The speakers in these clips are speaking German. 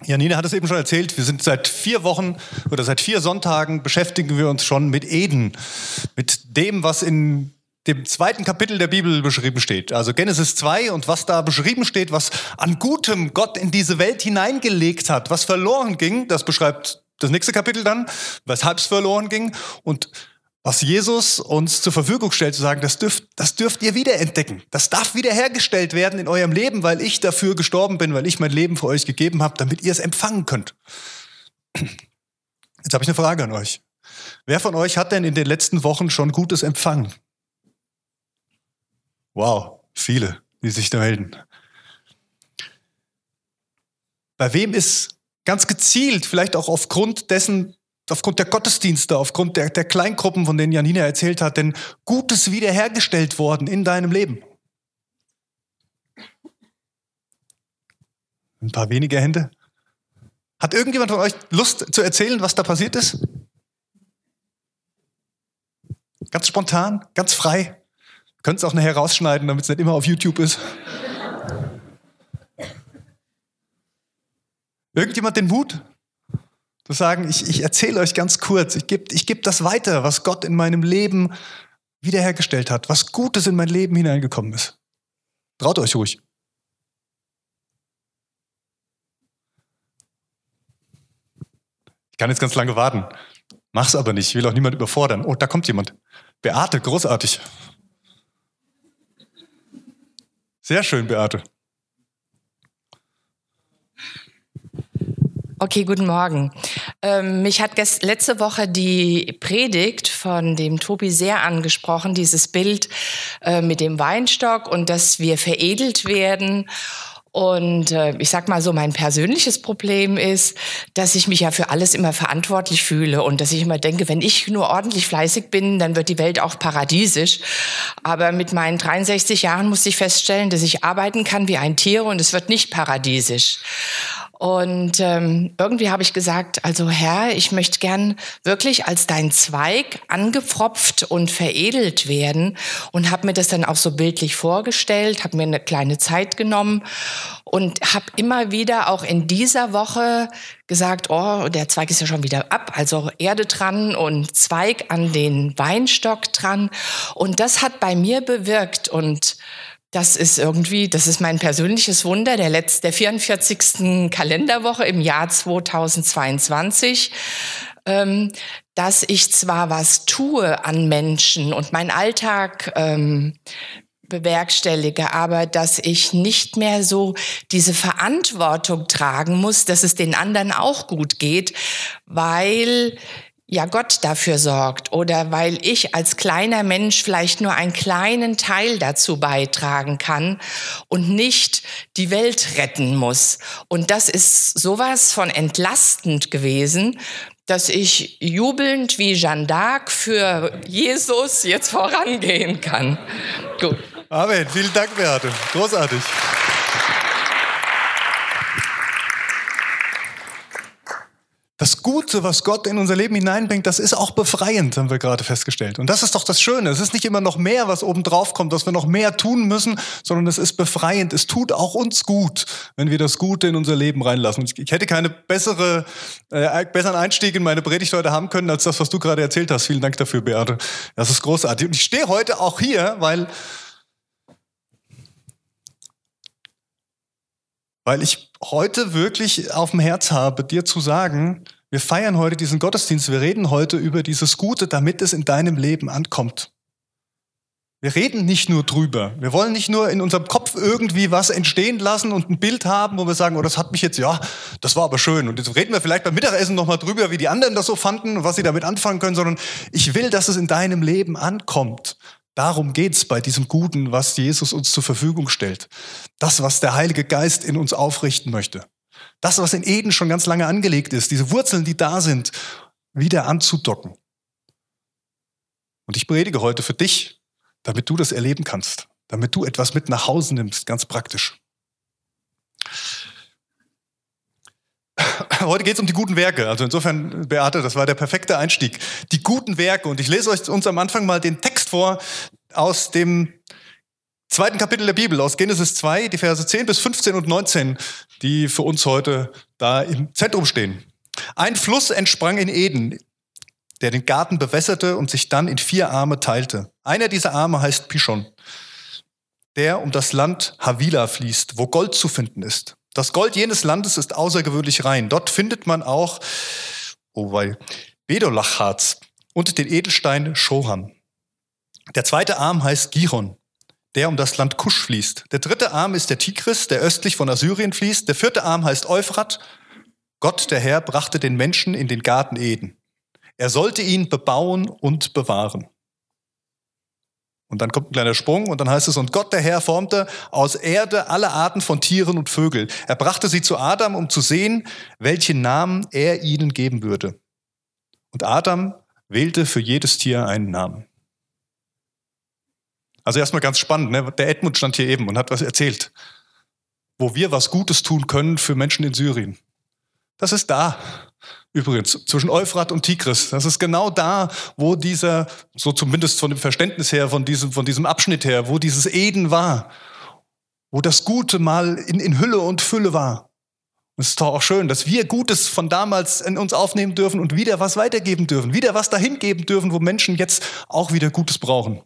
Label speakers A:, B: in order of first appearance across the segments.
A: Janina hat es eben schon erzählt, wir sind seit 4 Wochen oder seit 4 Sonntagen beschäftigen wir uns schon mit Eden, mit dem, was in dem 2. Kapitel der Bibel beschrieben steht. Also Genesis 2 und was da beschrieben steht, was an Gutem Gott in diese Welt hineingelegt hat, was verloren ging, das beschreibt das nächste Kapitel dann, weshalb es verloren ging und was Jesus uns zur Verfügung stellt, zu sagen, das dürft ihr wiederentdecken. Das darf wiederhergestellt werden in eurem Leben, weil ich dafür gestorben bin, weil ich mein Leben für euch gegeben habe, damit ihr es empfangen könnt. Jetzt habe ich eine Frage an euch. Wer von euch hat denn in den letzten Wochen schon Gutes empfangen? Wow, viele, die sich da melden. Bei wem ist ganz gezielt, vielleicht auch aufgrund der Gottesdienste, aufgrund der Kleingruppen, von denen Janina erzählt hat, denn Gutes wiederhergestellt worden in deinem Leben? Ein paar wenige Hände. Hat irgendjemand von euch Lust zu erzählen, was da passiert ist? Ganz spontan, ganz frei. Ihr könnt es auch nachher rausschneiden, damit es nicht immer auf YouTube ist. Irgendjemand den Mut? Zu sagen, ich erzähle euch ganz kurz, ich geb das weiter, was Gott in meinem Leben wiederhergestellt hat, was Gutes in mein Leben hineingekommen ist. Traut euch ruhig. Ich kann jetzt ganz lange warten. Mach's aber nicht, ich will auch niemand überfordern. Oh, da kommt jemand. Beate, großartig. Sehr schön, Beate.
B: Okay, guten Morgen. Mich hat letzte Woche die Predigt von dem Tobi sehr angesprochen, dieses Bild mit dem Weinstock und dass wir veredelt werden. Und ich sag mal so, mein persönliches Problem ist, dass ich mich ja für alles immer verantwortlich fühle und dass ich immer denke, wenn ich nur ordentlich fleißig bin, dann wird die Welt auch paradiesisch. Aber mit meinen 63 Jahren musste ich feststellen, dass ich arbeiten kann wie ein Tier und es wird nicht paradiesisch. Und irgendwie habe ich gesagt, also Herr, ich möchte gern wirklich als dein Zweig angepfropft und veredelt werden und habe mir das dann auch so bildlich vorgestellt, habe mir eine kleine Zeit genommen und habe immer wieder auch in dieser Woche gesagt, oh, der Zweig ist ja schon wieder ab, also Erde dran und Zweig an den Weinstock dran. Und das hat bei mir bewirkt und das ist mein persönliches Wunder der 44. Kalenderwoche im Jahr 2022, dass ich zwar was tue an Menschen und meinen Alltag bewerkstellige, aber dass ich nicht mehr so diese Verantwortung tragen muss, dass es den anderen auch gut geht, weil ja Gott dafür sorgt oder weil ich als kleiner Mensch vielleicht nur einen kleinen Teil dazu beitragen kann und nicht die Welt retten muss. Und das ist sowas von entlastend gewesen, dass ich jubelnd wie Jeanne d'Arc für Jesus jetzt vorangehen kann. Gut.
A: Amen. Vielen Dank, Beate. Großartig. Das Gute, was Gott in unser Leben hineinbringt, das ist auch befreiend, haben wir gerade festgestellt. Und das ist doch das Schöne. Es ist nicht immer noch mehr, was oben drauf kommt, dass wir noch mehr tun müssen, sondern es ist befreiend. Es tut auch uns gut, wenn wir das Gute in unser Leben reinlassen. Und ich hätte keine besseren Einstieg in meine Predigt heute haben können, als das, was du gerade erzählt hast. Vielen Dank dafür, Beate. Das ist großartig. Und ich stehe heute auch hier, weil ich heute wirklich auf dem Herz habe, dir zu sagen, wir feiern heute diesen Gottesdienst, wir reden heute über dieses Gute, damit es in deinem Leben ankommt. Wir reden nicht nur drüber. Wir wollen nicht nur in unserem Kopf irgendwie was entstehen lassen und ein Bild haben, wo wir sagen, oh, das hat mich jetzt, ja, das war aber schön. Und jetzt reden wir vielleicht beim Mittagessen nochmal drüber, wie die anderen das so fanden und was sie damit anfangen können, sondern ich will, dass es in deinem Leben ankommt. Darum geht's bei diesem Guten, was Jesus uns zur Verfügung stellt. Das, was der Heilige Geist in uns aufrichten möchte. Das, was in Eden schon ganz lange angelegt ist, diese Wurzeln, die da sind, wieder anzudocken. Und ich predige heute für dich, damit du das erleben kannst, damit du etwas mit nach Hause nimmst, ganz praktisch. Heute geht es um die guten Werke. Also insofern, Beate, das war der perfekte Einstieg. Die guten Werke. Und ich lese uns am Anfang mal den Text vor aus dem zweiten Kapitel der Bibel aus Genesis 2, die Verse 10 bis 15 und 19, die für uns heute da im Zentrum stehen. Ein Fluss entsprang in Eden, der den Garten bewässerte und sich dann in 4 Arme teilte. Einer dieser Arme heißt Pishon, der um das Land Havila fließt, wo Gold zu finden ist. Das Gold jenes Landes ist außergewöhnlich rein. Dort findet man auch Bedolachharz und den Edelstein Shoham. Der zweite Arm heißt Gihon, der um das Land Kusch fließt. Der dritte Arm ist der Tigris, der östlich von Assyrien fließt. Der vierte Arm heißt Euphrat. Gott, der Herr, brachte den Menschen in den Garten Eden. Er sollte ihn bebauen und bewahren. Und dann kommt ein kleiner Sprung und dann heißt es, und Gott, der Herr, formte aus Erde alle Arten von Tieren und Vögeln. Er brachte sie zu Adam, um zu sehen, welchen Namen er ihnen geben würde. Und Adam wählte für jedes Tier einen Namen. Also erstmal ganz spannend, ne? Der Edmund stand hier eben und hat was erzählt, wo wir was Gutes tun können für Menschen in Syrien. Das ist da, übrigens, zwischen Euphrat und Tigris. Das ist genau da, wo dieser, so zumindest von dem Verständnis her, von diesem Abschnitt her, wo dieses Eden war, wo das Gute mal in Hülle und Fülle war. Und es ist doch auch schön, dass wir Gutes von damals in uns aufnehmen dürfen und wieder was weitergeben dürfen, wieder was dahin geben dürfen, wo Menschen jetzt auch wieder Gutes brauchen.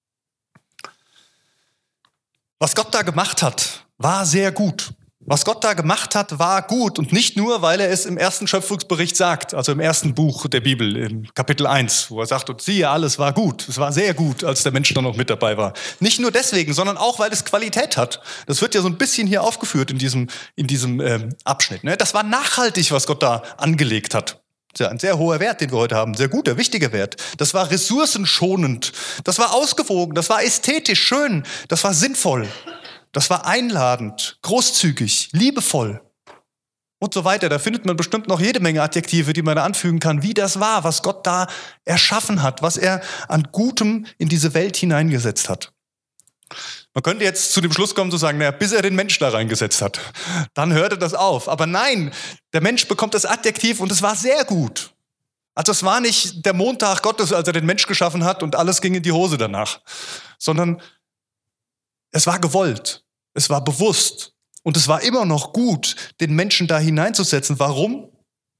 A: Was Gott da gemacht hat, war sehr gut. Was Gott da gemacht hat, war gut. Und nicht nur, weil er es im ersten Schöpfungsbericht sagt, also im ersten Buch der Bibel, im Kapitel 1, wo er sagt, und siehe, alles war gut. Es war sehr gut, als der Mensch dann noch mit dabei war. Nicht nur deswegen, sondern auch, weil es Qualität hat. Das wird ja so ein bisschen hier aufgeführt in diesem Abschnitt. Ne? Das war nachhaltig, was Gott da angelegt hat. Das ist ja ein sehr hoher Wert, den wir heute haben. Sehr guter, wichtiger Wert. Das war ressourcenschonend. Das war ausgewogen. Das war ästhetisch schön. Das war sinnvoll. Das war einladend, großzügig, liebevoll und so weiter. Da findet man bestimmt noch jede Menge Adjektive, die man da anfügen kann, wie das war, was Gott da erschaffen hat, was er an Gutem in diese Welt hineingesetzt hat. Man könnte jetzt zu dem Schluss kommen zu sagen, naja, bis er den Mensch da reingesetzt hat, dann hörte das auf. Aber nein, der Mensch bekommt das Adjektiv und es war sehr gut. Also es war nicht der Montag Gottes, als er den Mensch geschaffen hat und alles ging in die Hose danach, sondern es war gewollt, es war bewusst und es war immer noch gut, den Menschen da hineinzusetzen. Warum?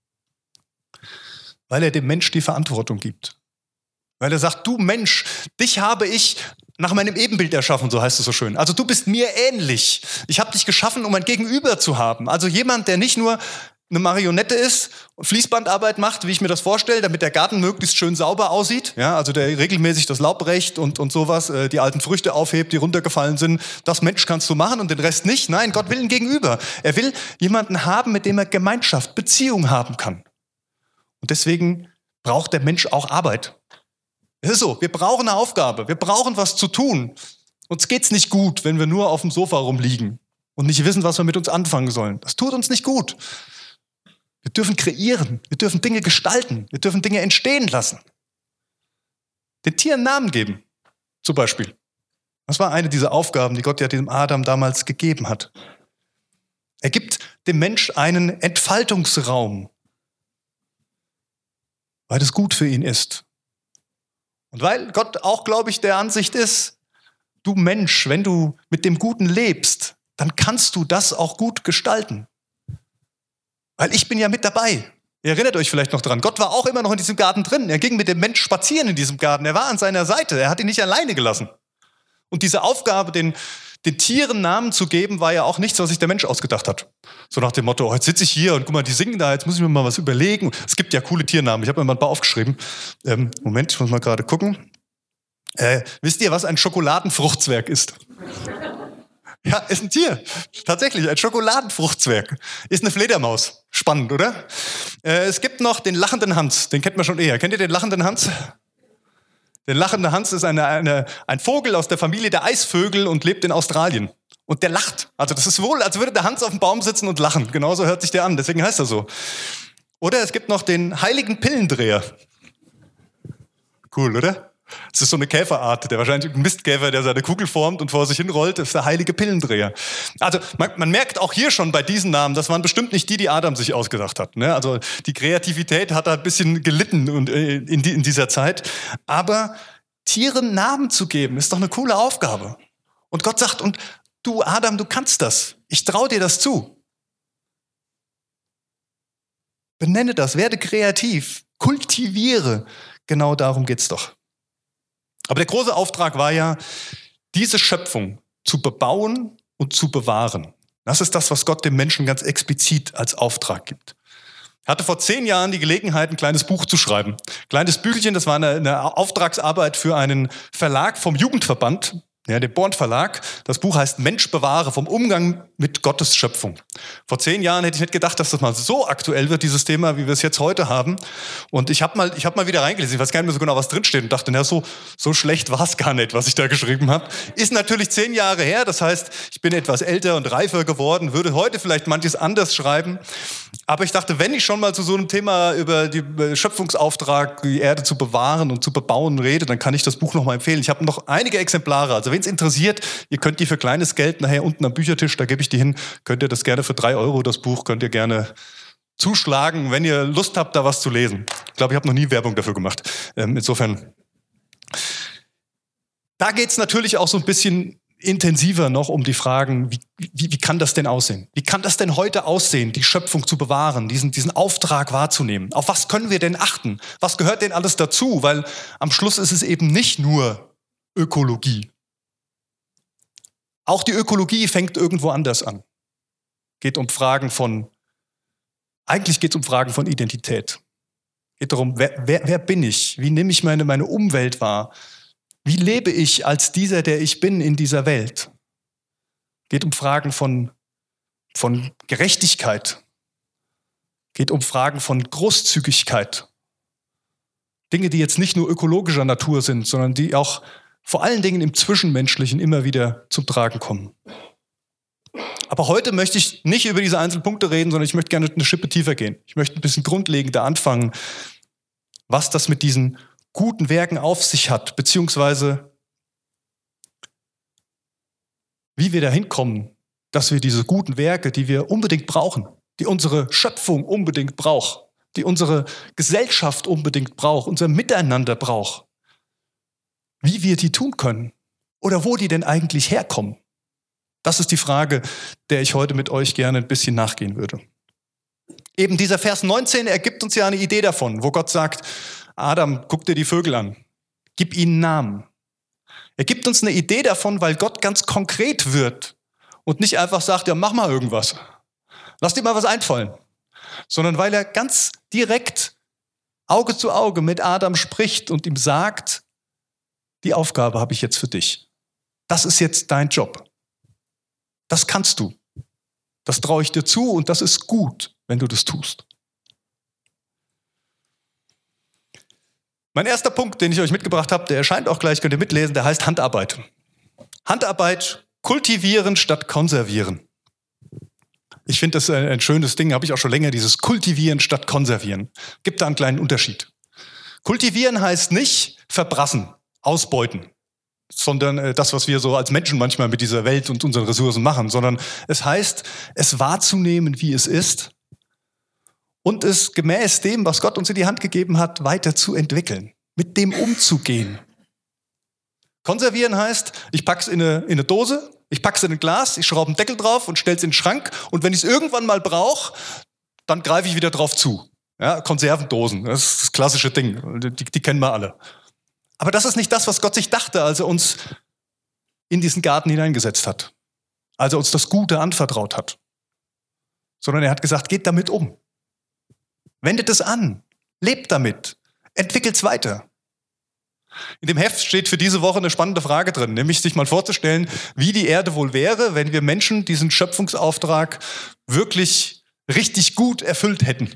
A: Weil er dem Menschen die Verantwortung gibt. Weil er sagt, du Mensch, dich habe ich nach meinem Ebenbild erschaffen, so heißt es so schön. Also du bist mir ähnlich. Ich habe dich geschaffen, um ein Gegenüber zu haben. Also jemand, der nicht nur eine Marionette ist und Fließbandarbeit macht, wie ich mir das vorstelle, damit der Garten möglichst schön sauber aussieht. Ja, also der regelmäßig das Laub rächt und sowas, die alten Früchte aufhebt, die runtergefallen sind. Das Mensch kannst du machen und den Rest nicht. Nein, Gott will ein Gegenüber. Er will jemanden haben, mit dem er Gemeinschaft, Beziehung haben kann. Und deswegen braucht der Mensch auch Arbeit. Es ist so, wir brauchen eine Aufgabe, wir brauchen was zu tun. Uns geht's nicht gut, wenn wir nur auf dem Sofa rumliegen und nicht wissen, was wir mit uns anfangen sollen. Das tut uns nicht gut. Wir dürfen kreieren, wir dürfen Dinge gestalten, wir dürfen Dinge entstehen lassen. Den Tieren Namen geben, zum Beispiel. Das war eine dieser Aufgaben, die Gott ja dem Adam damals gegeben hat. Er gibt dem Mensch einen Entfaltungsraum, weil es gut für ihn ist. Und weil Gott auch, glaube ich, der Ansicht ist, du Mensch, wenn du mit dem Guten lebst, dann kannst du das auch gut gestalten. Weil ich bin ja mit dabei. Ihr erinnert euch vielleicht noch dran. Gott war auch immer noch in diesem Garten drin. Er ging mit dem Mensch spazieren in diesem Garten. Er war an seiner Seite. Er hat ihn nicht alleine gelassen. Und diese Aufgabe, den Tieren Namen zu geben, war ja auch nichts, was sich der Mensch ausgedacht hat. So nach dem Motto, oh, jetzt sitze ich hier und guck mal, die singen da, jetzt muss ich mir mal was überlegen. Es gibt ja coole Tiernamen. Ich habe mir mal ein paar aufgeschrieben. Moment, ich muss mal gerade gucken. Wisst ihr, was ein Schokoladenfruchtzwerg ist? Ja, ist ein Tier. Tatsächlich, ein Schokoladenfruchtzwerg. Ist eine Fledermaus. Spannend, oder? Es gibt noch den lachenden Hans. Den kennt man schon eher. Kennt ihr den lachenden Hans? Der lachende Hans ist ein Vogel aus der Familie der Eisvögel und lebt in Australien. Und der lacht. Also das ist wohl, als würde der Hans auf dem Baum sitzen und lachen. Genauso hört sich der an. Deswegen heißt er so. Oder es gibt noch den heiligen Pillendreher. Cool, oder? Das ist so eine Käferart, der wahrscheinlich ein Mistkäfer, der seine Kugel formt und vor sich hinrollt, das ist der heilige Pillendreher. Also man merkt auch hier schon bei diesen Namen, das waren bestimmt nicht die Adam sich ausgedacht hat. Ne? Also die Kreativität hat da ein bisschen gelitten in dieser Zeit. Aber Tieren Namen zu geben, ist doch eine coole Aufgabe. Und Gott sagt, und du Adam, du kannst das. Ich traue dir das zu. Benenne das, werde kreativ, kultiviere. Genau darum geht's doch. Aber der große Auftrag war ja, diese Schöpfung zu bebauen und zu bewahren. Das ist das, was Gott dem Menschen ganz explizit als Auftrag gibt. Ich hatte vor 10 Jahren die Gelegenheit, ein kleines Buch zu schreiben. Kleines Büchelchen, das war eine Auftragsarbeit für einen Verlag vom Jugendverband, ja, den Born Verlag. Das Buch heißt Mensch bewahre, vom Umgang mit Gottes Schöpfung. Vor 10 Jahren hätte ich nicht gedacht, dass das mal so aktuell wird, dieses Thema, wie wir es jetzt heute haben. Und ich hab mal wieder reingelesen, ich weiß gar nicht mehr so genau, was drinsteht, und dachte, na, so schlecht war es gar nicht, was ich da geschrieben habe. Ist natürlich 10 Jahre her, das heißt, ich bin etwas älter und reifer geworden, würde heute vielleicht manches anders schreiben. Aber ich dachte, wenn ich schon mal zu so einem Thema über den Schöpfungsauftrag, die Erde zu bewahren und zu bebauen rede, dann kann ich das Buch noch mal empfehlen. Ich habe noch einige Exemplare, also wenn es interessiert, ihr könnt die für kleines Geld nachher unten am Büchertisch, da gebe ich die hin, könnt ihr das gerne für 3 Euro, das Buch, könnt ihr gerne zuschlagen, wenn ihr Lust habt, da was zu lesen. Ich glaube, ich habe noch nie Werbung dafür gemacht. Insofern, da geht es natürlich auch so ein bisschen intensiver noch um die Fragen, wie kann das denn aussehen? Wie kann das denn heute aussehen, die Schöpfung zu bewahren, diesen Auftrag wahrzunehmen? Auf was können wir denn achten? Was gehört denn alles dazu? Weil am Schluss ist es eben nicht nur Ökologie. Auch die Ökologie fängt irgendwo anders an. Eigentlich geht es um Fragen von Identität. Geht darum, wer bin ich? Wie nehme ich meine Umwelt wahr? Wie lebe ich als dieser, der ich bin in dieser Welt? Geht um Fragen von Gerechtigkeit. Geht um Fragen von Großzügigkeit. Dinge, die jetzt nicht nur ökologischer Natur sind, sondern die auch vor allen Dingen im Zwischenmenschlichen immer wieder zum Tragen kommen. Aber heute möchte ich nicht über diese einzelnen Punkte reden, sondern ich möchte gerne eine Schippe tiefer gehen. Ich möchte ein bisschen grundlegender anfangen, was das mit diesen guten Werken auf sich hat, beziehungsweise wie wir dahin kommen, dass wir diese guten Werke, die wir unbedingt brauchen, die unsere Schöpfung unbedingt braucht, die unsere Gesellschaft unbedingt braucht, unser Miteinander braucht, wie wir die tun können oder wo die denn eigentlich herkommen. Das ist die Frage, der ich heute mit euch gerne ein bisschen nachgehen würde. Eben dieser Vers 19 ergibt uns ja eine Idee davon, wo Gott sagt, Adam, guck dir die Vögel an, gib ihnen Namen. Er gibt uns eine Idee davon, weil Gott ganz konkret wird und nicht einfach sagt, ja, mach mal irgendwas. Lass dir mal was einfallen. Sondern weil er ganz direkt Auge zu Auge mit Adam spricht und ihm sagt, die Aufgabe habe ich jetzt für dich. Das ist jetzt dein Job. Das kannst du. Das traue ich dir zu und das ist gut, wenn du das tust. Mein erster Punkt, den ich euch mitgebracht habe, der erscheint auch gleich, könnt ihr mitlesen, der heißt Handarbeit. Handarbeit, kultivieren statt konservieren. Ich finde das ein schönes Ding, habe ich auch schon länger, dieses Kultivieren statt Konservieren. Gibt da einen kleinen Unterschied. Kultivieren heißt nicht verbrassen, ausbeuten, sondern das, was wir so als Menschen manchmal mit dieser Welt und unseren Ressourcen machen, sondern es heißt, es wahrzunehmen, wie es ist und es gemäß dem, was Gott uns in die Hand gegeben hat, weiterzuentwickeln, mit dem umzugehen. Konservieren heißt, ich pack's in eine Dose, ich pack's in ein Glas, ich schraube einen Deckel drauf und stell's in den Schrank und wenn ich es irgendwann mal brauche, dann greife ich wieder drauf zu. Ja, Konservendosen, das ist das klassische Ding, die kennen wir alle. Aber das ist nicht das, was Gott sich dachte, als er uns in diesen Garten hineingesetzt hat. Als er uns das Gute anvertraut hat. Sondern er hat gesagt, geht damit um. Wendet es an. Lebt damit. Entwickelt es weiter. In dem Heft steht für diese Woche eine spannende Frage drin, nämlich sich mal vorzustellen, wie die Erde wohl wäre, wenn wir Menschen diesen Schöpfungsauftrag wirklich richtig gut erfüllt hätten.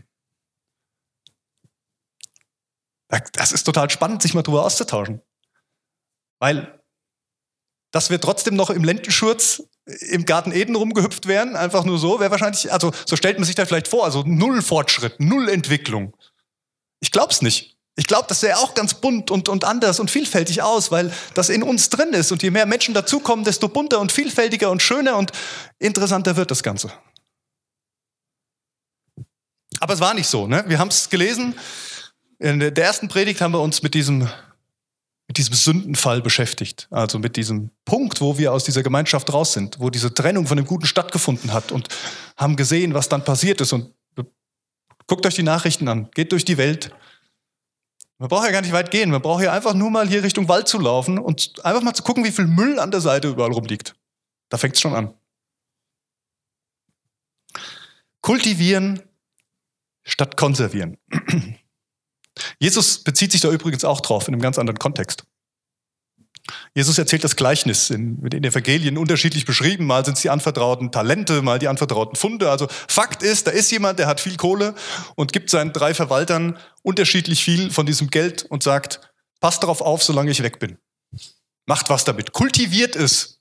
A: Das ist total spannend, sich mal drüber auszutauschen. Weil, dass wir trotzdem noch im Lendenschurz im Garten Eden rumgehüpft wären, einfach nur so, wäre wahrscheinlich, also so stellt man sich das vielleicht vor, also 0 Fortschritt, 0 Entwicklung. Ich glaube es nicht. Ich glaube, das sähe auch ganz bunt und anders und vielfältig aus, weil das in uns drin ist. Und je mehr Menschen dazukommen, desto bunter und vielfältiger und schöner und interessanter wird das Ganze. Aber es war nicht so, ne? Wir haben es gelesen. In der ersten Predigt haben wir uns mit diesem mit diesem Sündenfall beschäftigt. Also mit diesem Punkt, wo wir aus dieser Gemeinschaft raus sind, wo diese Trennung von dem Guten stattgefunden hat und haben gesehen, was dann passiert ist. Und guckt euch die Nachrichten an, geht durch die Welt. Man braucht ja gar nicht weit gehen. Man braucht ja einfach nur mal hier Richtung Wald zu laufen und einfach mal zu gucken, wie viel Müll an der Seite überall rumliegt. Da fängt es schon an. Kultivieren statt konservieren. Jesus bezieht sich da übrigens auch drauf, in einem ganz anderen Kontext. Jesus erzählt das Gleichnis mit den Evangelien unterschiedlich beschrieben. Mal sind es die anvertrauten Talente, mal die anvertrauten Funde. Also Fakt ist, da ist jemand, der hat viel Kohle und gibt seinen 3 Verwaltern unterschiedlich viel von diesem Geld und sagt, passt darauf auf, solange ich weg bin. Macht was damit, kultiviert es.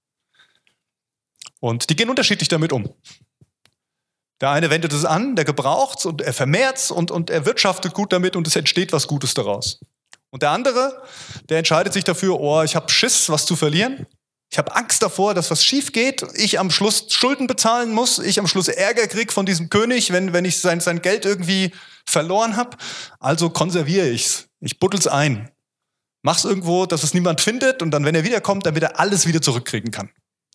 A: Und die gehen unterschiedlich damit um. Der eine wendet es an, der gebraucht es und er vermehrt es und er wirtschaftet gut damit und es entsteht was Gutes daraus. Und der andere, der entscheidet sich dafür, oh, ich habe Schiss, was zu verlieren. Ich habe Angst davor, dass was schief geht. Ich am Schluss Schulden bezahlen muss. Ich am Schluss Ärger kriege von diesem König, wenn ich sein Geld irgendwie verloren habe. Also konserviere ich's. Ich buddel's ein. Mach's irgendwo, dass es niemand findet und dann, wenn er wiederkommt, damit er alles wieder zurückkriegen kann.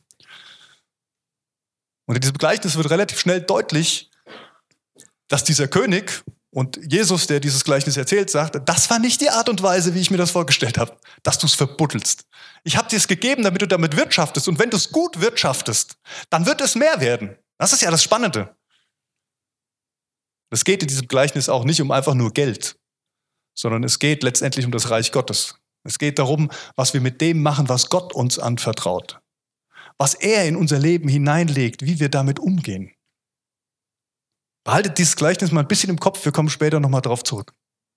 A: Und in diesem Gleichnis wird relativ schnell deutlich, dass dieser König und Jesus, der dieses Gleichnis erzählt, sagt, das war nicht die Art und Weise, wie ich mir das vorgestellt habe, dass du es verbuddelst. Ich habe dir es gegeben, damit du damit wirtschaftest. Und wenn du es gut wirtschaftest, dann wird es mehr werden. Das ist ja das Spannende. Es geht in diesem Gleichnis auch nicht um einfach nur Geld, sondern es geht letztendlich um das Reich Gottes. Es geht darum, was wir mit dem machen, was Gott uns anvertraut. Was er in unser Leben hineinlegt, wie wir damit umgehen. Behaltet dieses Gleichnis mal ein bisschen im Kopf, wir kommen später nochmal drauf zurück.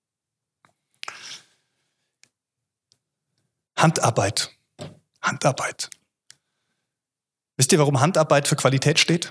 A: Handarbeit. Handarbeit. Wisst ihr, warum Handarbeit für Qualität steht?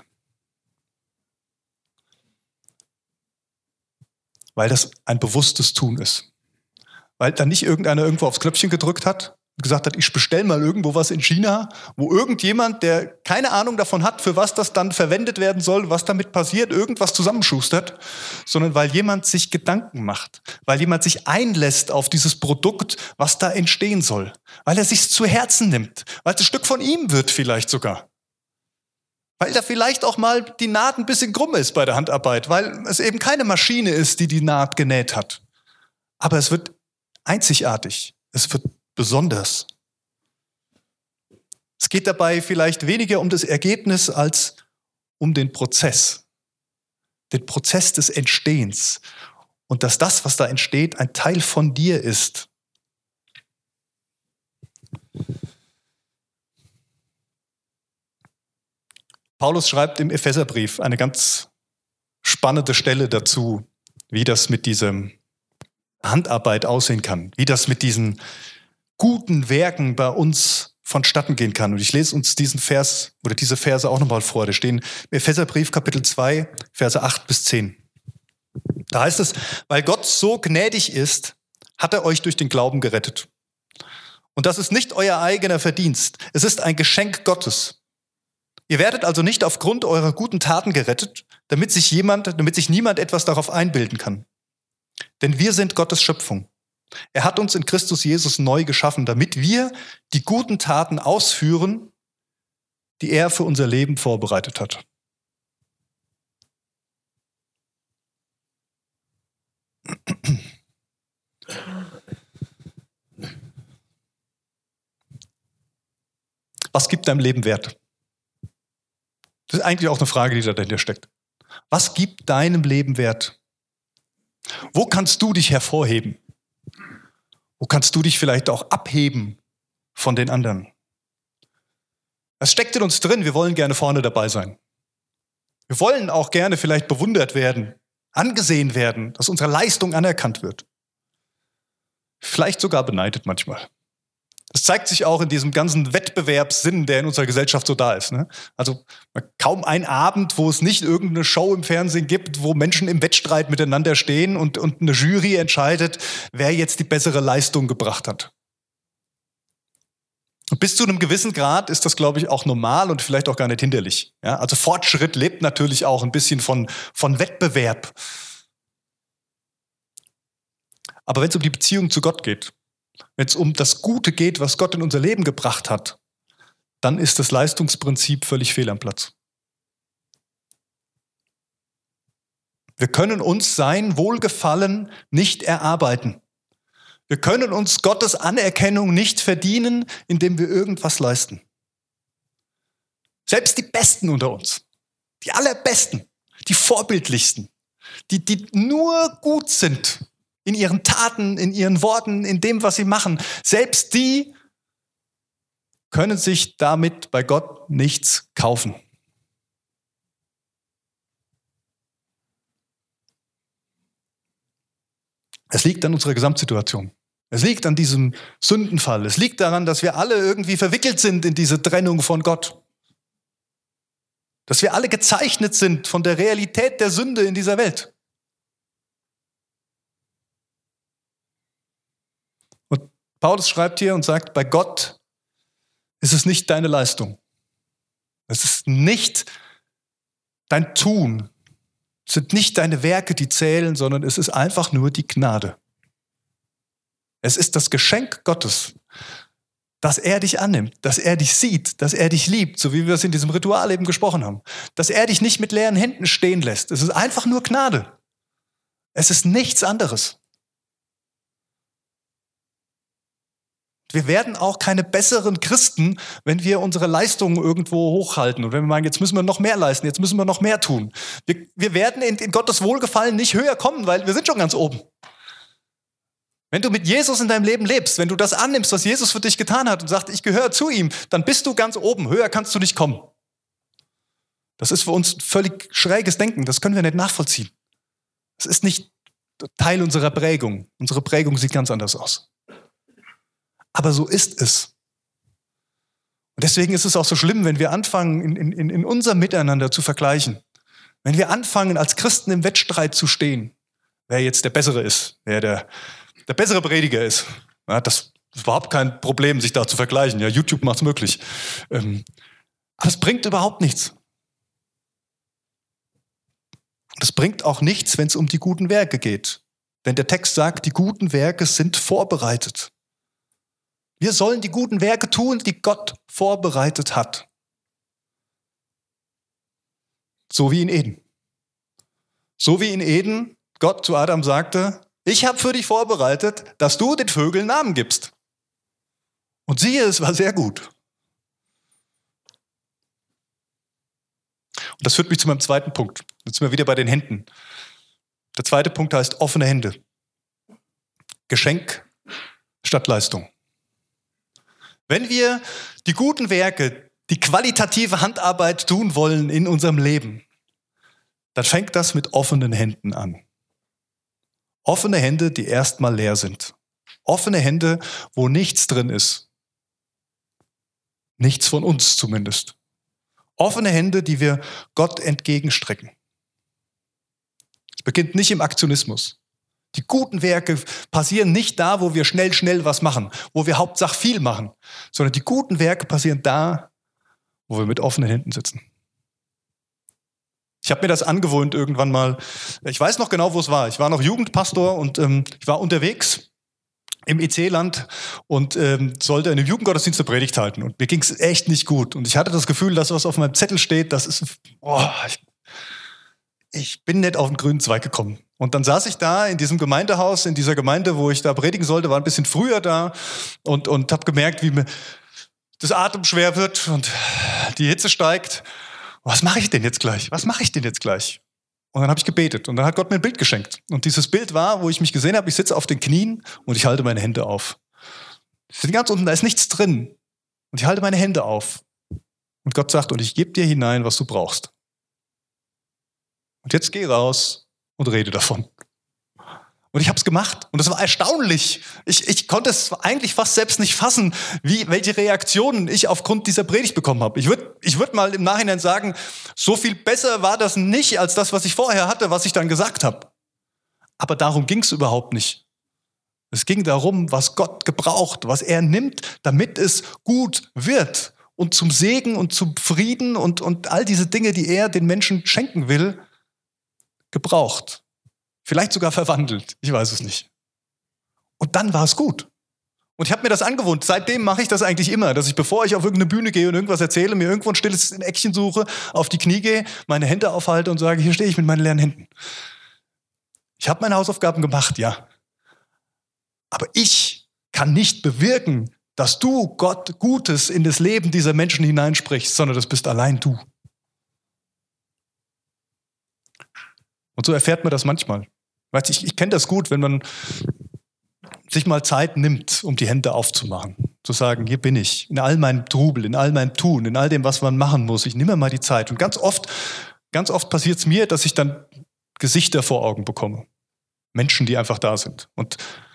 A: Weil das ein bewusstes Tun ist. Weil da nicht irgendeiner irgendwo aufs Knöpfchen gedrückt hat und gesagt hat, ich bestelle mal irgendwo was in China, wo irgendjemand, der keine Ahnung davon hat, für was das dann verwendet werden soll, was damit passiert, irgendwas zusammenschustert, sondern weil jemand sich Gedanken macht, weil jemand sich einlässt auf dieses Produkt, was da entstehen soll, weil er sich's zu Herzen nimmt, weil es ein Stück von ihm wird vielleicht sogar. Weil da vielleicht auch mal die Naht ein bisschen krumm ist bei der Handarbeit, weil es eben keine Maschine ist, die die Naht genäht hat. Aber es wird einzigartig, es wird besonders. Es geht dabei vielleicht weniger um das Ergebnis als um den Prozess des Entstehens. Und dass das, was da entsteht, ein Teil von dir ist. Paulus schreibt im Epheserbrief eine ganz spannende Stelle dazu, wie das mit diesem Handarbeit aussehen kann, wie das mit diesen guten Werken bei uns vonstatten gehen kann. Und ich lese uns diesen Vers oder diese Verse auch nochmal vor. Da stehen im Epheserbrief Kapitel 2, Verse 8 bis 10. Da heißt es, weil Gott so gnädig ist, hat er euch durch den Glauben gerettet. Und das ist nicht euer eigener Verdienst. Es ist ein Geschenk Gottes. Ihr werdet also nicht aufgrund eurer guten Taten gerettet, damit sich niemand etwas darauf einbilden kann. Denn wir sind Gottes Schöpfung. Er hat uns in Christus Jesus neu geschaffen, damit wir die guten Taten ausführen, die er für unser Leben vorbereitet hat. Was gibt deinem Leben Wert? Das ist eigentlich auch eine Frage, die da dahinter steckt. Was gibt deinem Leben Wert? Wo kannst du dich hervorheben? Wo kannst du dich vielleicht auch abheben von den anderen? Das steckt in uns drin, wir wollen gerne vorne dabei sein. Wir wollen auch gerne vielleicht bewundert werden, angesehen werden, dass unsere Leistung anerkannt wird. Vielleicht sogar beneidet manchmal. Das zeigt sich auch in diesem ganzen Wettbewerbssinn, der in unserer Gesellschaft so da ist. Also kaum ein Abend, wo es nicht irgendeine Show im Fernsehen gibt, wo Menschen im Wettstreit miteinander stehen und eine Jury entscheidet, wer jetzt die bessere Leistung gebracht hat. Und bis zu einem gewissen Grad ist das, glaube ich, auch normal und vielleicht auch gar nicht hinderlich. Ja, also Fortschritt lebt natürlich auch ein bisschen von Wettbewerb. Aber wenn es um die Beziehung zu Gott geht, wenn es um das Gute geht, was Gott in unser Leben gebracht hat, dann ist das Leistungsprinzip völlig fehl am Platz. Wir können uns sein Wohlgefallen nicht erarbeiten. Wir können uns Gottes Anerkennung nicht verdienen, indem wir irgendwas leisten. Selbst die Besten unter uns, die allerbesten, die vorbildlichsten, die nur gut sind in ihren Taten, in ihren Worten, in dem, was sie machen, selbst die können sich damit bei Gott nichts kaufen. Es liegt an unserer Gesamtsituation. Es liegt an diesem Sündenfall. Es liegt daran, dass wir alle irgendwie verwickelt sind in diese Trennung von Gott. Dass wir alle gezeichnet sind von der Realität der Sünde in dieser Welt. Und Paulus schreibt hier und sagt, bei Gott ist es nicht deine Leistung. Es ist nicht dein Tun. Es sind nicht deine Werke, die zählen, sondern es ist einfach nur die Gnade. Es ist das Geschenk Gottes, dass er dich annimmt, dass er dich sieht, dass er dich liebt, so wie wir es in diesem Ritual eben gesprochen haben. Dass er dich nicht mit leeren Händen stehen lässt. Es ist einfach nur Gnade. Es ist nichts anderes. Wir werden auch keine besseren Christen, wenn wir unsere Leistungen irgendwo hochhalten und wenn wir meinen, jetzt müssen wir noch mehr leisten, jetzt müssen wir noch mehr tun. Wir werden in Gottes Wohlgefallen nicht höher kommen, weil wir sind schon ganz oben. Wenn du mit Jesus in deinem Leben lebst, wenn du das annimmst, was Jesus für dich getan hat und sagst, ich gehöre zu ihm, dann bist du ganz oben. Höher kannst du nicht kommen. Das ist für uns völlig schräges Denken. Das können wir nicht nachvollziehen. Das ist nicht Teil unserer Prägung. Unsere Prägung sieht ganz anders aus. Aber so ist es. Und deswegen ist es auch so schlimm, wenn wir anfangen, in unserem Miteinander zu vergleichen. Wenn wir anfangen, als Christen im Wettstreit zu stehen, wer jetzt der Bessere ist, wer der bessere Prediger ist. Ja, das ist überhaupt kein Problem, sich da zu vergleichen. Ja, YouTube macht es möglich. Aber es bringt überhaupt nichts. Das bringt auch nichts, wenn es um die guten Werke geht. Denn der Text sagt, die guten Werke sind vorbereitet. Wir sollen die guten Werke tun, die Gott vorbereitet hat. So wie in Eden. So wie in Eden Gott zu Adam sagte, ich habe für dich vorbereitet, dass du den Vögeln Namen gibst. Und siehe, es war sehr gut. Und das führt mich zu meinem zweiten Punkt. Jetzt sind wir wieder bei den Händen. Der zweite Punkt heißt offene Hände. Geschenk statt Leistung. Wenn wir die guten Werke, die qualitative Handarbeit tun wollen in unserem Leben, dann fängt das mit offenen Händen an. Offene Hände, die erstmal leer sind. Offene Hände, wo nichts drin ist. Nichts von uns zumindest. Offene Hände, die wir Gott entgegenstrecken. Es beginnt nicht im Aktionismus. Die guten Werke passieren nicht da, wo wir schnell was machen, wo wir Hauptsache viel machen, sondern die guten Werke passieren da, wo wir mit offenen Händen sitzen. Ich habe mir das angewöhnt irgendwann mal. Ich weiß noch genau, wo es war. Ich war noch Jugendpastor und ich war unterwegs im EC-Land und sollte in einem Jugendgottesdienst eine Predigt halten. Und mir ging es echt nicht gut. Und ich hatte das Gefühl, dass was auf meinem Zettel steht, das ist, ich bin nicht auf den grünen Zweig gekommen. Und dann saß ich da in diesem Gemeindehaus, in dieser Gemeinde, wo ich da predigen sollte, war ein bisschen früher da und habe gemerkt, wie mir das Atem schwer wird und die Hitze steigt. Was mache ich denn jetzt gleich? Was mache ich denn jetzt gleich? Und dann habe ich gebetet und dann hat Gott mir ein Bild geschenkt. Und dieses Bild war, wo ich mich gesehen habe, ich sitze auf den Knien und ich halte meine Hände auf. Die sind ganz unten, da ist nichts drin. Und ich halte meine Hände auf. Und Gott sagt, und ich gebe dir hinein, was du brauchst. Und jetzt geh raus und rede davon. Und ich habe es gemacht. Und das war erstaunlich. Ich konnte es eigentlich fast selbst nicht fassen, welche Reaktionen ich aufgrund dieser Predigt bekommen habe. Ich würd mal im Nachhinein sagen, so viel besser war das nicht als das, was ich vorher hatte, was ich dann gesagt habe. Aber darum ging es überhaupt nicht. Es ging darum, was Gott gebraucht, was er nimmt, damit es gut wird. Und zum Segen und zum Frieden und all diese Dinge, die er den Menschen schenken will, gebraucht. Vielleicht sogar verwandelt. Ich weiß es nicht. Und dann war es gut. Und ich habe mir das angewohnt. Seitdem mache ich das eigentlich immer, dass ich, bevor ich auf irgendeine Bühne gehe und irgendwas erzähle, mir irgendwo ein stilles Eckchen suche, auf die Knie gehe, meine Hände aufhalte und sage, hier stehe ich mit meinen leeren Händen. Ich habe meine Hausaufgaben gemacht, ja. Aber ich kann nicht bewirken, dass du Gott Gutes in das Leben dieser Menschen hineinsprichst, sondern das bist allein du. Und so erfährt man das manchmal. Weißt, ich kenne das gut, wenn man sich mal Zeit nimmt, um die Hände aufzumachen. Zu sagen, hier bin ich, in all meinem Trubel, in all meinem Tun, in all dem, was man machen muss. Ich nehme mal die Zeit. Und ganz oft passiert es mir, dass ich dann Gesichter vor Augen bekomme. Menschen, die einfach da sind. Und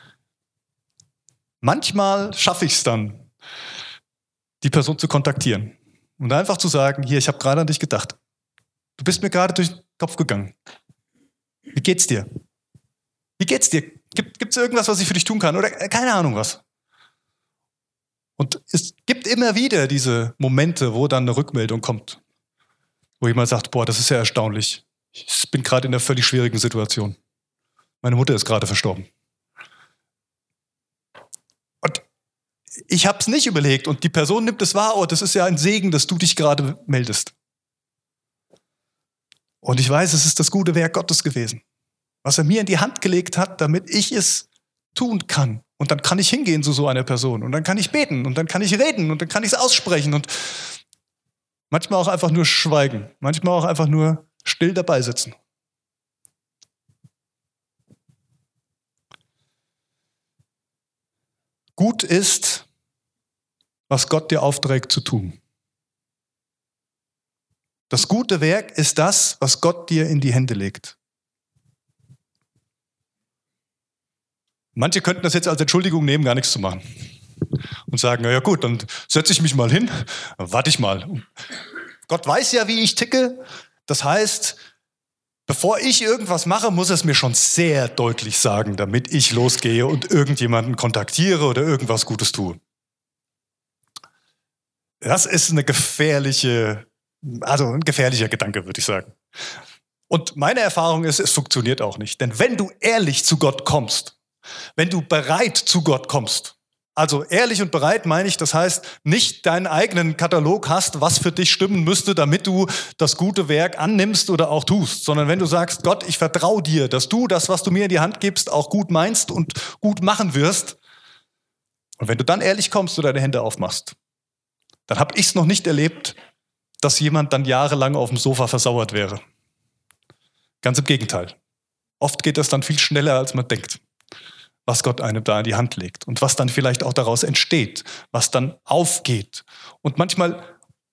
A: manchmal schaffe ich es dann, die Person zu kontaktieren. Und einfach zu sagen, hier, ich habe gerade an dich gedacht. Du bist mir gerade durch den Kopf gegangen. Wie geht's dir? Wie geht's dir? Gibt's irgendwas, was ich für dich tun kann? Oder keine Ahnung was. Und es gibt immer wieder diese Momente, wo dann eine Rückmeldung kommt. Wo jemand sagt, boah, das ist ja erstaunlich. Ich bin gerade in einer völlig schwierigen Situation. Meine Mutter ist gerade verstorben. Und ich habe es nicht überlegt. Und die Person nimmt es wahr, oh, das ist ja ein Segen, dass du dich gerade meldest. Und ich weiß, es ist das gute Werk Gottes gewesen, was er mir in die Hand gelegt hat, damit ich es tun kann. Und dann kann ich hingehen zu so einer Person. Und dann kann ich beten. Und dann kann ich reden. Und dann kann ich es aussprechen. Und manchmal auch einfach nur schweigen. Manchmal auch einfach nur still dabei sitzen. Gut ist, was Gott dir aufträgt zu tun. Das gute Werk ist das, was Gott dir in die Hände legt. Manche könnten das jetzt als Entschuldigung nehmen, gar nichts zu machen. Und sagen, naja gut, dann setze ich mich mal hin, warte ich mal. Gott weiß ja, wie ich ticke. Das heißt, bevor ich irgendwas mache, muss er es mir schon sehr deutlich sagen, damit ich losgehe und irgendjemanden kontaktiere oder irgendwas Gutes tue. Das ist ein gefährlicher Gedanke, würde ich sagen. Und meine Erfahrung ist, es funktioniert auch nicht. Denn wenn du ehrlich zu Gott kommst, wenn du bereit zu Gott kommst, also ehrlich und bereit meine ich, das heißt, nicht deinen eigenen Katalog hast, was für dich stimmen müsste, damit du das gute Werk annimmst oder auch tust, sondern wenn du sagst, Gott, ich vertraue dir, dass du das, was du mir in die Hand gibst, auch gut meinst und gut machen wirst. Und wenn du dann ehrlich kommst und deine Hände aufmachst, dann habe ich es noch nicht erlebt, dass jemand dann jahrelang auf dem Sofa versauert wäre. Ganz im Gegenteil. Oft geht das dann viel schneller, als man denkt, was Gott einem da in die Hand legt und was dann vielleicht auch daraus entsteht, was dann aufgeht. Und manchmal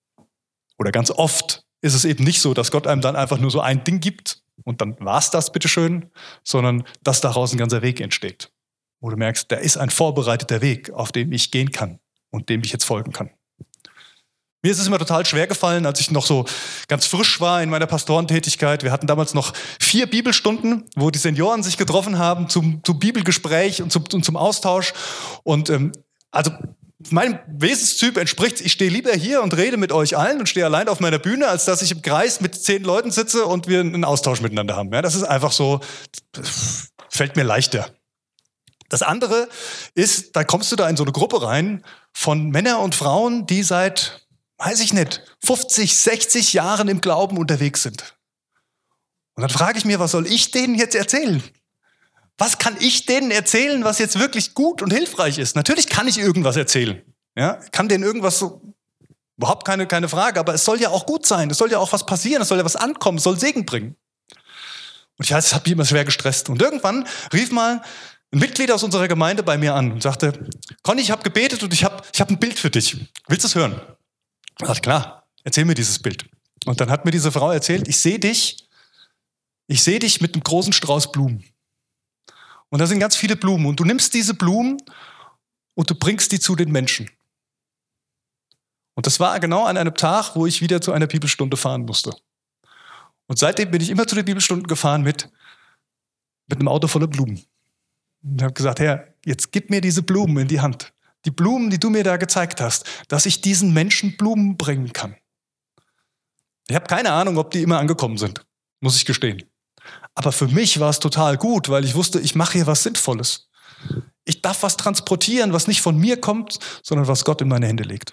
A: oder ganz oft ist es eben nicht so, dass Gott einem dann einfach nur so ein Ding gibt und dann war's das, bitteschön, sondern dass daraus ein ganzer Weg entsteht. Wo du merkst, da ist ein vorbereiteter Weg, auf dem ich gehen kann und dem ich jetzt folgen kann. Mir ist es immer total schwer gefallen, als ich noch so ganz frisch war in meiner Pastorentätigkeit. Wir hatten damals noch 4 Bibelstunden, wo die Senioren sich getroffen haben zum Bibelgespräch und zum Austausch. Und also meinem Wesenstyp entspricht, ich stehe lieber hier und rede mit euch allen und stehe allein auf meiner Bühne, als dass ich im Kreis mit 10 Leuten sitze und wir einen Austausch miteinander haben. Ja, das ist einfach so, fällt mir leichter. Das andere ist, da kommst du da in so eine Gruppe rein von Männern und Frauen, die seit, weiß ich nicht, 50, 60 Jahren im Glauben unterwegs sind. Und dann frage ich mir, was soll ich denen jetzt erzählen? Was kann ich denen erzählen, was jetzt wirklich gut und hilfreich ist? Natürlich kann ich irgendwas erzählen. Ja, kann denen irgendwas so, überhaupt keine Frage, aber es soll ja auch gut sein, es soll ja auch was passieren, es soll ja was ankommen, es soll Segen bringen. Und ich weiß, es hat mich immer schwer gestresst. Und irgendwann rief mal ein Mitglied aus unserer Gemeinde bei mir an und sagte, Conny, ich habe gebetet und ich hab ein Bild für dich. Willst du es hören? Ich dachte, klar, erzähl mir dieses Bild. Und dann hat mir diese Frau erzählt, ich sehe dich mit einem großen Strauß Blumen. Und da sind ganz viele Blumen. Und du nimmst diese Blumen und du bringst die zu den Menschen. Und das war genau an einem Tag, wo ich wieder zu einer Bibelstunde fahren musste. Und seitdem bin ich immer zu den Bibelstunden gefahren mit einem Auto voller Blumen. Und habe gesagt, Herr, jetzt gib mir diese Blumen in die Hand. Die Blumen, die du mir da gezeigt hast, dass ich diesen Menschen Blumen bringen kann. Ich habe keine Ahnung, ob die immer angekommen sind, muss ich gestehen. Aber für mich war es total gut, weil ich wusste, ich mache hier was Sinnvolles. darf was transportieren, was nicht von mir kommt, sondern was Gott in meine Hände legt.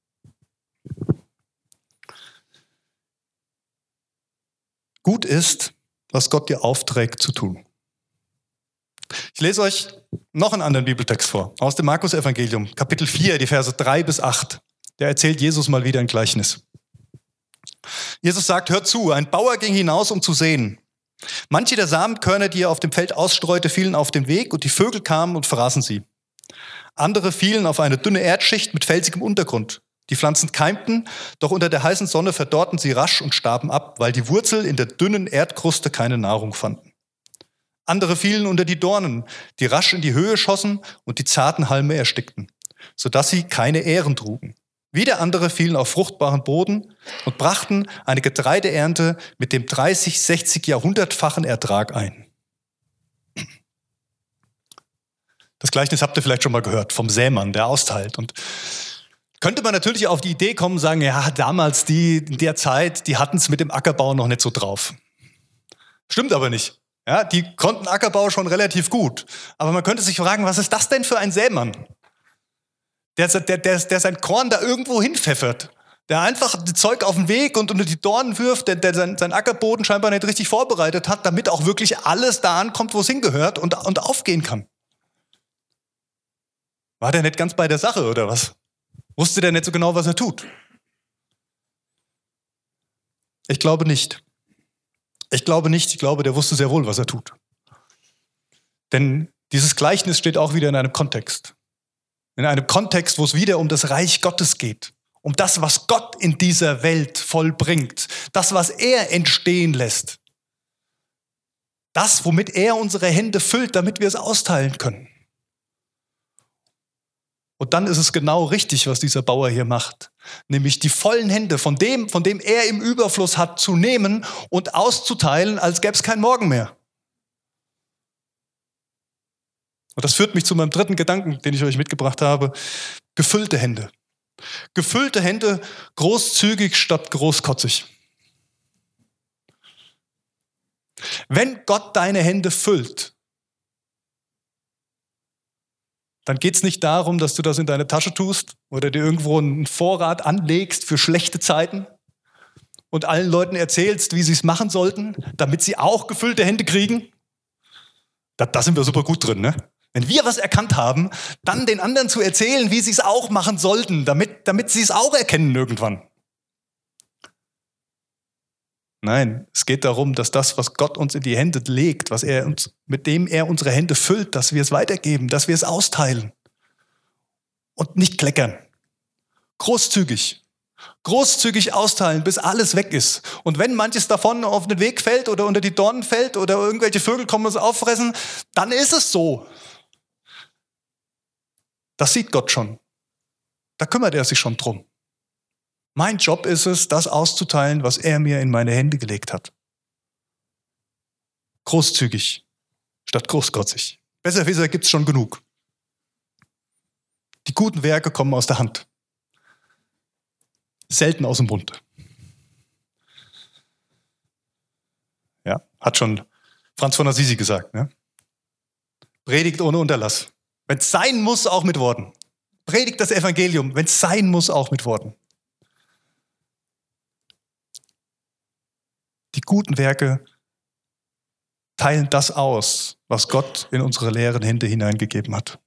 A: Gut ist, was Gott dir aufträgt zu tun. Ich lese euch noch einen anderen Bibeltext vor, aus dem Markus-Evangelium, Kapitel 4, die Verse 3 bis 8. Da erzählt Jesus mal wieder ein Gleichnis. Jesus sagt, hört zu, ein Bauer ging hinaus, um zu säen. Manche der Samenkörner, die er auf dem Feld ausstreute, fielen auf den Weg und die Vögel kamen und fraßen sie. Andere fielen auf eine dünne Erdschicht mit felsigem Untergrund. Die Pflanzen keimten, doch unter der heißen Sonne verdorrten sie rasch und starben ab, weil die Wurzeln in der dünnen Erdkruste keine Nahrung fanden. Andere fielen unter die Dornen, die rasch in die Höhe schossen und die zarten Halme erstickten, sodass sie keine Ähren trugen. Wieder andere fielen auf fruchtbaren Boden und brachten eine Getreideernte mit dem 30, 60, Jahrhundertfachen Ertrag ein. Das Gleichnis habt ihr vielleicht schon mal gehört, vom Sämann, der austeilt. Und könnte man natürlich auf die Idee kommen und sagen, ja, damals, in der Zeit, die hatten es mit dem Ackerbau noch nicht so drauf. Stimmt aber nicht. Ja, die konnten Ackerbau schon relativ gut. Aber man könnte sich fragen, was ist das denn für ein Sämann? Der sein Korn da irgendwo hinpfeffert. Der einfach das Zeug auf den Weg und unter die Dornen wirft, der sein Ackerboden scheinbar nicht richtig vorbereitet hat, damit auch wirklich alles da ankommt, wo es hingehört und aufgehen kann. War der nicht ganz bei der Sache, oder was? Wusste der nicht so genau, was er tut? Ich glaube nicht. Ich glaube, der wusste sehr wohl, was er tut. Denn dieses Gleichnis steht auch wieder in einem Kontext. In einem Kontext, wo es wieder um das Reich Gottes geht. Um das, was Gott in dieser Welt vollbringt. Das, was er entstehen lässt. Das, womit er unsere Hände füllt, damit wir es austeilen können. Und dann ist es genau richtig, was dieser Bauer hier macht. Nämlich die vollen Hände von dem er im Überfluss hat, zu nehmen und auszuteilen, als gäbe es kein Morgen mehr. Und das führt mich zu meinem dritten Gedanken, den ich euch mitgebracht habe. Gefüllte Hände. Gefüllte Hände, großzügig statt großkotzig. Wenn Gott deine Hände füllt, dann geht es nicht darum, dass du das in deine Tasche tust oder dir irgendwo einen Vorrat anlegst für schlechte Zeiten und allen Leuten erzählst, wie sie es machen sollten, damit sie auch gefüllte Hände kriegen. Da sind wir super gut drin, ne? Wenn wir was erkannt haben, dann den anderen zu erzählen, wie sie es auch machen sollten, damit sie es auch erkennen irgendwann. Nein, es geht darum, dass das, was Gott uns in die Hände legt, mit dem er unsere Hände füllt, dass wir es weitergeben, dass wir es austeilen und nicht kleckern. Großzügig austeilen, bis alles weg ist. Und wenn manches davon auf den Weg fällt oder unter die Dornen fällt oder irgendwelche Vögel kommen und es auffressen, dann ist es so. Das sieht Gott schon. Da kümmert er sich schon drum. Mein Job ist es, das auszuteilen, was er mir in meine Hände gelegt hat. Großzügig statt großkotzig. Besserwisser gibt es schon genug. Die guten Werke kommen aus der Hand. Selten aus dem Mund. Ja, hat schon Franz von Assisi gesagt. Ne? Predigt ohne Unterlass. Wenn es sein muss, auch mit Worten. Predigt das Evangelium, wenn es sein muss, auch mit Worten. Die guten Werke teilen das aus, was Gott in unsere leeren Hände hineingegeben hat.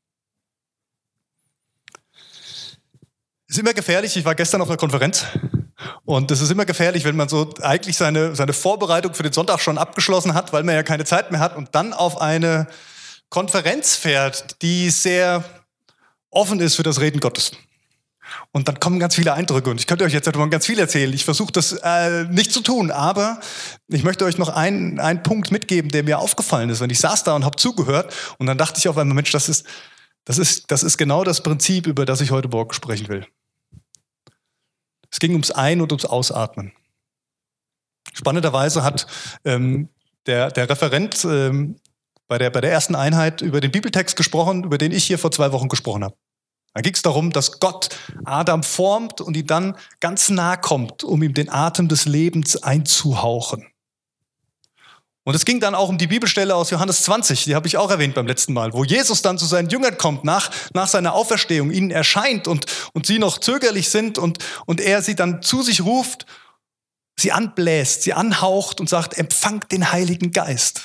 A: Ist immer gefährlich, ich war gestern auf einer Konferenz und es ist immer gefährlich, wenn man so eigentlich seine Vorbereitung für den Sonntag schon abgeschlossen hat, weil man ja keine Zeit mehr hat und dann auf eine Konferenz fährt, die sehr offen ist für das Reden Gottes. Und dann kommen ganz viele Eindrücke und ich könnte euch jetzt mal ganz viel erzählen. Ich versuche das nicht zu tun, aber ich möchte euch noch einen Punkt mitgeben, der mir aufgefallen ist. Wenn ich saß da und habe zugehört und dann dachte ich auf einmal, Mensch, das ist genau das Prinzip, über das ich heute Morgen sprechen will. Es ging ums Ein- und ums Ausatmen. Spannenderweise hat der Referent bei der ersten Einheit über den Bibeltext gesprochen, über den ich hier vor 2 Wochen gesprochen habe. Da ging es darum, dass Gott Adam formt und ihm dann ganz nah kommt, um ihm den Atem des Lebens einzuhauchen. Und es ging dann auch um die Bibelstelle aus Johannes 20, die habe ich auch erwähnt beim letzten Mal, wo Jesus dann zu seinen Jüngern kommt, nach seiner Auferstehung, ihnen erscheint und sie noch zögerlich sind und er sie dann zu sich ruft, sie anbläst, sie anhaucht und sagt, empfangt den Heiligen Geist.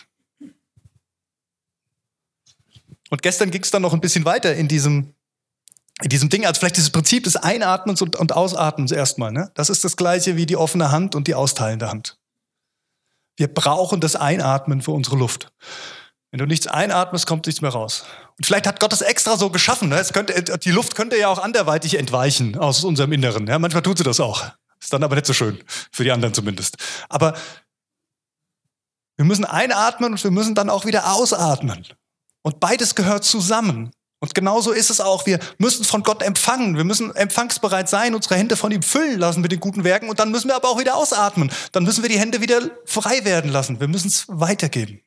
A: Und gestern ging es dann noch ein bisschen weiter in diesem Ding, also vielleicht dieses Prinzip des Einatmens und Ausatmens erstmal. Ne? Das ist das Gleiche wie die offene Hand und die austeilende Hand. Wir brauchen das Einatmen für unsere Luft. Wenn du nichts einatmest, kommt nichts mehr raus. Und vielleicht hat Gott das extra so geschaffen. Ne? Die Luft könnte ja auch anderweitig entweichen aus unserem Inneren. Ja? Manchmal tut sie das auch. Ist dann aber nicht so schön, für die anderen zumindest. Aber wir müssen einatmen und wir müssen dann auch wieder ausatmen. Und beides gehört zusammen. Und genauso ist es auch. Wir müssen von Gott empfangen. Wir müssen empfangsbereit sein, unsere Hände von ihm füllen lassen mit den guten Werken. Und dann müssen wir aber auch wieder ausatmen. Dann müssen wir die Hände wieder frei werden lassen. Wir müssen es weitergeben.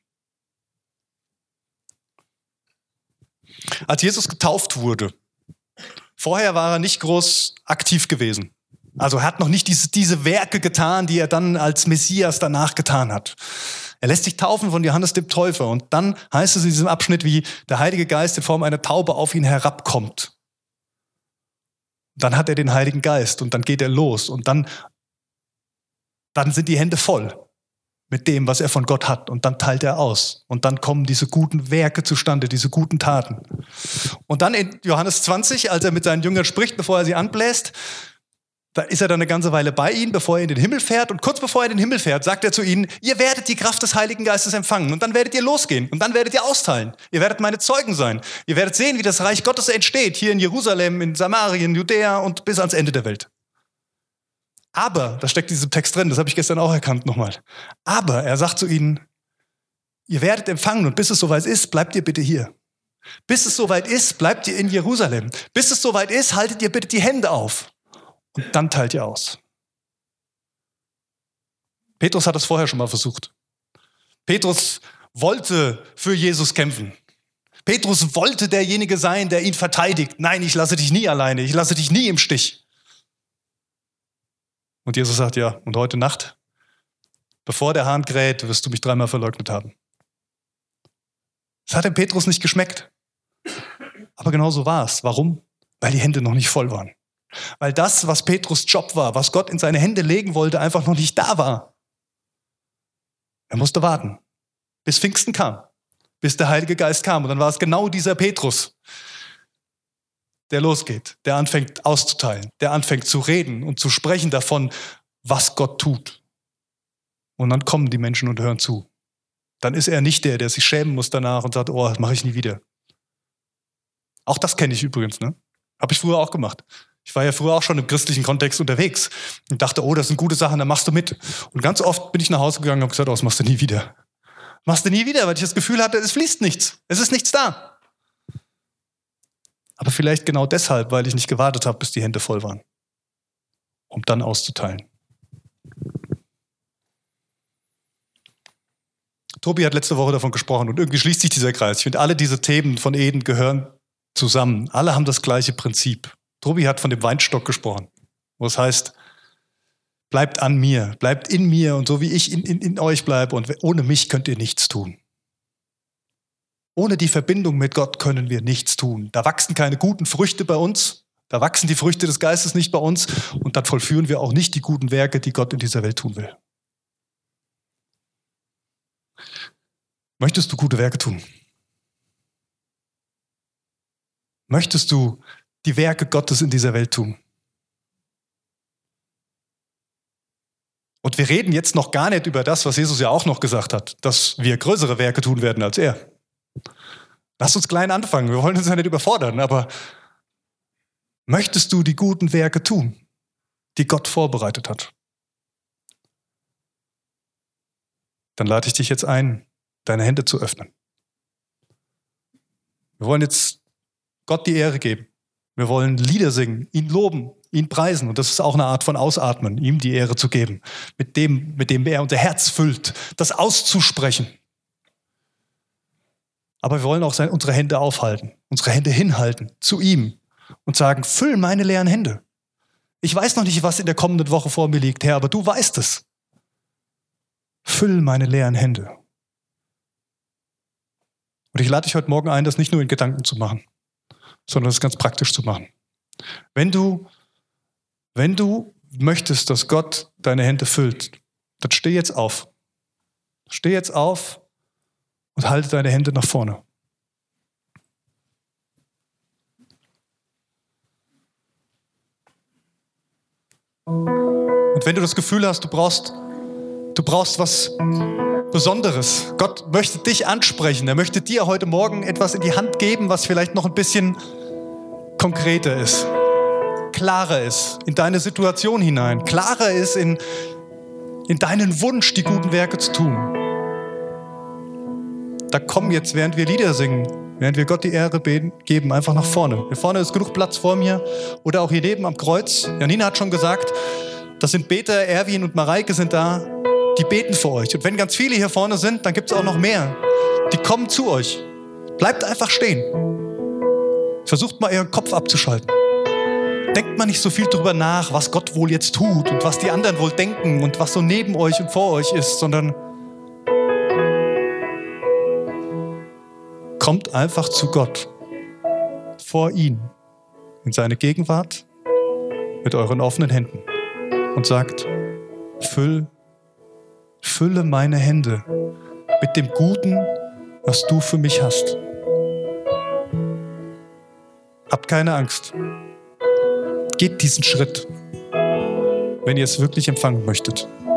A: Als Jesus getauft wurde, vorher war er nicht groß aktiv gewesen. Also er hat noch nicht diese Werke getan, die er dann als Messias danach getan hat. Er lässt sich taufen von Johannes dem Täufer und dann heißt es in diesem Abschnitt, wie der Heilige Geist in Form einer Taube auf ihn herabkommt. Dann hat er den Heiligen Geist und dann geht er los und dann sind die Hände voll mit dem, was er von Gott hat und dann teilt er aus und dann kommen diese guten Werke zustande, diese guten Taten. Und dann in Johannes 20, als er mit seinen Jüngern spricht, bevor er sie anbläst, da ist er dann eine ganze Weile bei ihnen, bevor er in den Himmel fährt. Und kurz bevor er in den Himmel fährt, sagt er zu ihnen, ihr werdet die Kraft des Heiligen Geistes empfangen. Und dann werdet ihr losgehen. Und dann werdet ihr austeilen. Ihr werdet meine Zeugen sein. Ihr werdet sehen, wie das Reich Gottes entsteht. Hier in Jerusalem, in Samarien, Judäa und bis ans Ende der Welt. Aber, da steckt in diesem Text drin, das habe ich gestern auch erkannt nochmal. Aber er sagt zu ihnen, ihr werdet empfangen. Und bis es soweit ist, bleibt ihr bitte hier. Bis es soweit ist, bleibt ihr in Jerusalem. Bis es soweit ist, haltet ihr bitte die Hände auf. Und dann teilt ihr aus. Petrus hat das vorher schon mal versucht. Petrus wollte für Jesus kämpfen. Petrus wollte derjenige sein, der ihn verteidigt. Nein, ich lasse dich nie alleine. Ich lasse dich nie im Stich. Und Jesus sagt, ja, und heute Nacht, bevor der Hahn kräht, wirst du mich 3-mal verleugnet haben. Das hat dem Petrus nicht geschmeckt. Aber genau so war es. Warum? Weil die Hände noch nicht voll waren. Weil das, was Petrus Job war, was Gott in seine Hände legen wollte, einfach noch nicht da war. Er musste warten, bis Pfingsten kam, bis der Heilige Geist kam. Und dann war es genau dieser Petrus, der losgeht, der anfängt auszuteilen, der anfängt zu reden und zu sprechen davon, was Gott tut. Und dann kommen die Menschen und hören zu. Dann ist er nicht der sich schämen muss danach und sagt, oh, das mache ich nie wieder. Auch das kenne ich übrigens, ne? Habe ich früher auch gemacht. Ich war ja früher auch schon im christlichen Kontext unterwegs und dachte, oh, das sind gute Sachen, da machst du mit. Und ganz oft bin ich nach Hause gegangen und habe gesagt, oh, das machst du nie wieder. Machst du nie wieder, weil ich das Gefühl hatte, es fließt nichts. Es ist nichts da. Aber vielleicht genau deshalb, weil ich nicht gewartet habe, bis die Hände voll waren, um dann auszuteilen. Tobi hat letzte Woche davon gesprochen und irgendwie schließt sich dieser Kreis. Ich finde, alle diese Themen von Eden gehören zusammen. Alle haben das gleiche Prinzip. Tobi hat von dem Weinstock gesprochen, wo es heißt, bleibt an mir, bleibt in mir und so wie ich in euch bleibe und ohne mich könnt ihr nichts tun. Ohne die Verbindung mit Gott können wir nichts tun. Da wachsen keine guten Früchte bei uns, da wachsen die Früchte des Geistes nicht bei uns und dann vollführen wir auch nicht die guten Werke, die Gott in dieser Welt tun will. Möchtest du gute Werke tun? Möchtest du die Werke Gottes in dieser Welt tun? Und wir reden jetzt noch gar nicht über das, was Jesus ja auch noch gesagt hat, dass wir größere Werke tun werden als er. Lass uns klein anfangen, wir wollen uns ja nicht überfordern, aber möchtest du die guten Werke tun, die Gott vorbereitet hat? Dann lade ich dich jetzt ein, deine Hände zu öffnen. Wir wollen jetzt Gott die Ehre geben. Wir wollen Lieder singen, ihn loben, ihn preisen. Und das ist auch eine Art von Ausatmen, ihm die Ehre zu geben, mit dem er unser Herz füllt, das auszusprechen. Aber wir wollen auch unsere Hände aufhalten, unsere Hände hinhalten zu ihm und sagen, füll meine leeren Hände. Ich weiß noch nicht, was in der kommenden Woche vor mir liegt, Herr, aber du weißt es. Füll meine leeren Hände Und ich lade dich heute Morgen ein, das nicht nur in Gedanken zu machen, sondern das ganz praktisch zu machen. Wenn du möchtest, dass Gott deine Hände füllt, dann steh jetzt auf. Steh jetzt auf und halte deine Hände nach vorne. Und wenn du das Gefühl hast, du brauchst was Besonderes, Gott möchte dich ansprechen, er möchte dir heute Morgen etwas in die Hand geben, was vielleicht noch ein bisschen konkreter ist, klarer ist in deine Situation hinein, klarer ist in deinen Wunsch, die guten Werke zu tun. Da komm jetzt, während wir Lieder singen, während wir Gott die Ehre geben, einfach nach vorne. Hier vorne ist genug Platz vor mir oder auch hier neben am Kreuz. Janina hat schon gesagt, das sind Beter, Erwin und Mareike sind da, die beten für euch. Und wenn ganz viele hier vorne sind, dann gibt es auch noch mehr. Die kommen zu euch. Bleibt einfach stehen. Versucht mal euren Kopf abzuschalten. Denkt mal nicht so viel drüber nach, was Gott wohl jetzt tut und was die anderen wohl denken und was so neben euch und vor euch ist, sondern kommt einfach zu Gott, vor ihn, in seine Gegenwart, mit euren offenen Händen und sagt, fülle meine Hände mit dem Guten, was du für mich hast. Habt keine Angst. Geht diesen Schritt, wenn ihr es wirklich empfangen möchtet.